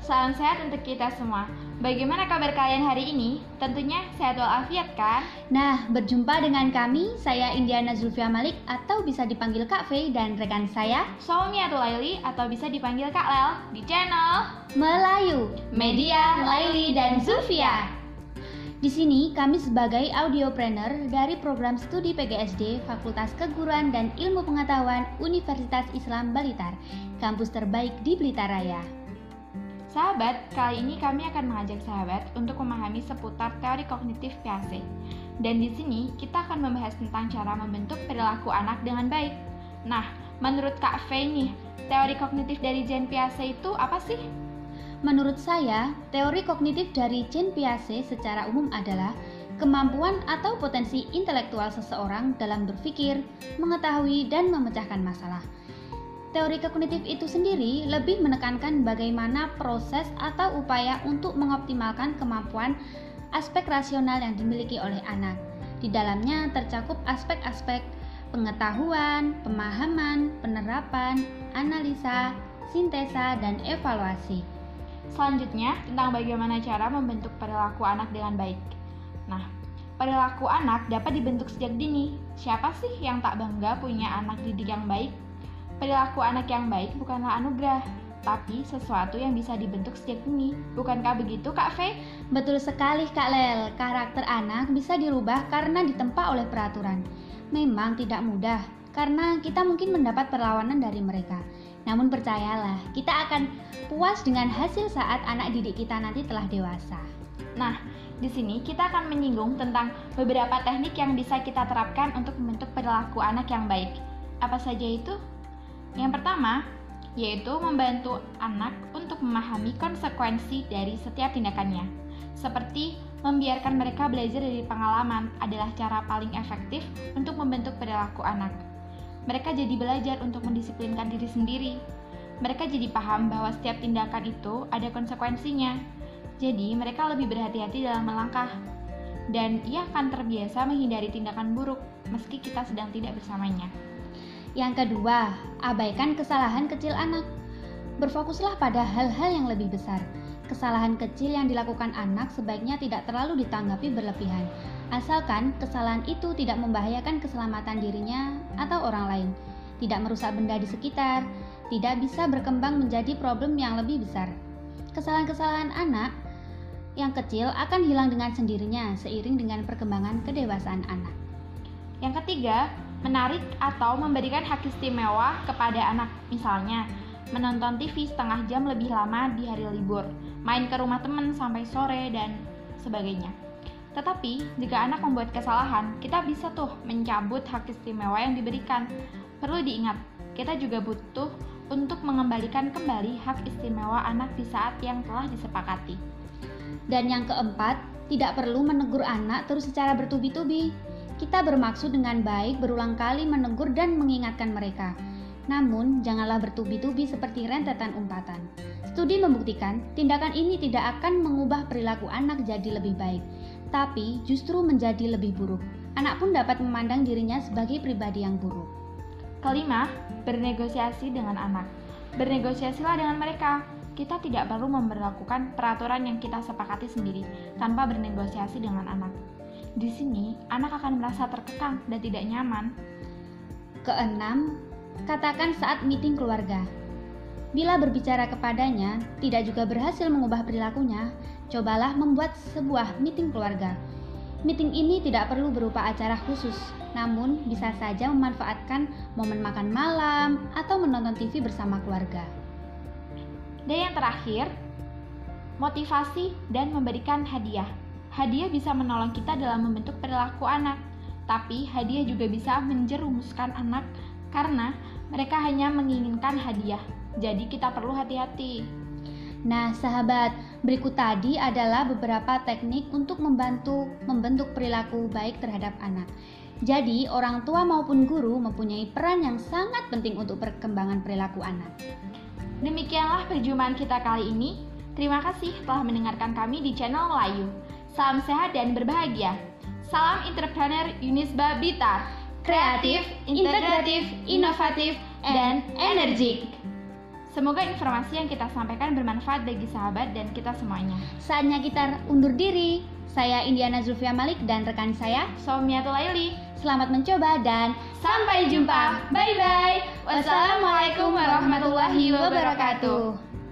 Salam sehat untuk kita semua. Bagaimana kabar kalian hari ini? Tentunya sehat walafiat kan? Nah, berjumpa dengan kami, saya Indiana Zulfia Malik atau bisa dipanggil Kak Fei dan rekan saya Solmi atau Laili atau bisa dipanggil Kak Lel di channel Melayu Media Laili dan Zulfia. Di sini kami sebagai audiopreneur dari program studi PGSD Fakultas Keguruan dan Ilmu Pengetahuan Universitas Islam Blitar, kampus terbaik di Blitar Raya. Sahabat, kali ini kami akan mengajak sahabat untuk memahami seputar teori kognitif Piaget. Dan di sini kita akan membahas tentang cara membentuk perilaku anak dengan baik. Nah, menurut Kak Fei nih, teori kognitif dari Jean Piaget itu apa sih? Menurut saya, teori kognitif dari Jean Piaget secara umum adalah kemampuan atau potensi intelektual seseorang dalam berpikir, mengetahui, dan memecahkan masalah. Teori kognitif itu sendiri lebih menekankan bagaimana proses atau upaya untuk mengoptimalkan kemampuan aspek rasional yang dimiliki oleh anak. Di dalamnya tercakup aspek-aspek pengetahuan, pemahaman, penerapan, analisa, sintesa, dan evaluasi. Selanjutnya, tentang bagaimana cara membentuk perilaku anak dengan baik. Nah, perilaku anak dapat dibentuk sejak dini. Siapa sih yang tak bangga punya anak didik yang baik? Perilaku anak yang baik bukanlah anugerah, tapi sesuatu yang bisa dibentuk sejak dini. Bukankah begitu, Kak Fei? Betul sekali, Kak Lel. Karakter anak bisa dirubah karena ditempa oleh peraturan. Memang tidak mudah, karena kita mungkin mendapat perlawanan dari mereka. Namun percayalah, kita akan puas dengan hasil saat anak didik kita nanti telah dewasa. Nah, di sini kita akan menyinggung tentang beberapa teknik yang bisa kita terapkan untuk membentuk perilaku anak yang baik. Apa saja itu? Yang pertama, yaitu membantu anak untuk memahami konsekuensi dari setiap tindakannya. Seperti membiarkan mereka belajar dari pengalaman adalah cara paling efektif untuk membentuk perilaku anak. Mereka jadi belajar untuk mendisiplinkan diri sendiri. Mereka jadi paham bahwa setiap tindakan itu ada konsekuensinya. Jadi mereka lebih berhati-hati dalam melangkah. Dan ia akan terbiasa menghindari tindakan buruk meski kita sedang tidak bersamanya. Yang kedua, abaikan kesalahan kecil anak. Berfokuslah pada hal-hal yang lebih besar. Kesalahan kecil yang dilakukan anak sebaiknya tidak terlalu ditanggapi berlebihan, asalkan kesalahan itu tidak membahayakan keselamatan dirinya atau orang lain, tidak merusak benda di sekitar, tidak bisa berkembang menjadi problem yang lebih besar. Kesalahan-kesalahan anak yang kecil akan hilang dengan sendirinya seiring dengan perkembangan kedewasaan anak. Yang ketiga, menarik atau memberikan hak istimewa kepada anak. Misalnya, menonton TV setengah jam lebih lama di hari libur, main ke rumah teman sampai sore, dan sebagainya. Tetapi, jika anak membuat kesalahan, kita bisa tuh mencabut hak istimewa yang diberikan. Perlu diingat, kita juga butuh untuk mengembalikan kembali hak istimewa anak di saat yang telah disepakati. Dan yang keempat, tidak perlu menegur anak terus secara bertubi-tubi. Kita bermaksud dengan baik berulang kali menegur dan mengingatkan mereka. Namun, janganlah bertubi-tubi seperti rentetan umpatan. Studi membuktikan, tindakan ini tidak akan mengubah perilaku anak jadi lebih baik, tapi justru menjadi lebih buruk. Anak pun dapat memandang dirinya sebagai pribadi yang buruk. Kelima, bernegosiasi dengan anak. Bernegosiasilah dengan mereka. Kita tidak perlu memberlakukan peraturan yang kita sepakati sendiri tanpa bernegosiasi dengan anak. Di sini, anak akan merasa terkekang dan tidak nyaman. Keenam, katakan saat meeting keluarga. Bila berbicara kepadanya tidak juga berhasil mengubah perilakunya, cobalah membuat sebuah meeting keluarga. Meeting ini tidak perlu berupa acara khusus, namun bisa saja memanfaatkan momen makan malam atau menonton TV bersama keluarga. Dan yang terakhir, motivasi dan memberikan hadiah. Hadiah bisa menolong kita dalam membentuk perilaku anak, tapi hadiah juga bisa menjerumuskan anak karena mereka hanya menginginkan hadiah. Jadi kita perlu hati-hati. Nah, sahabat, berikut tadi adalah beberapa teknik untuk membantu membentuk perilaku baik terhadap anak. Jadi, orang tua maupun guru mempunyai peran yang sangat penting untuk perkembangan perilaku anak. Demikianlah perjumpaan kita kali ini. Terima kasih telah mendengarkan kami di channel Melayu. Salam sehat dan berbahagia. Salam entrepreneur Unisba Blitar. Kreatif, integratif, inovatif, dan energik. Semoga informasi yang kita sampaikan bermanfaat bagi sahabat dan kita semuanya. Saatnya kita undur diri. Saya Indiana Zulfia Malik dan rekan saya Saumiatul Laili. Selamat mencoba dan sampai jumpa. Bye bye. Wassalamualaikum warahmatullahi wabarakatuh.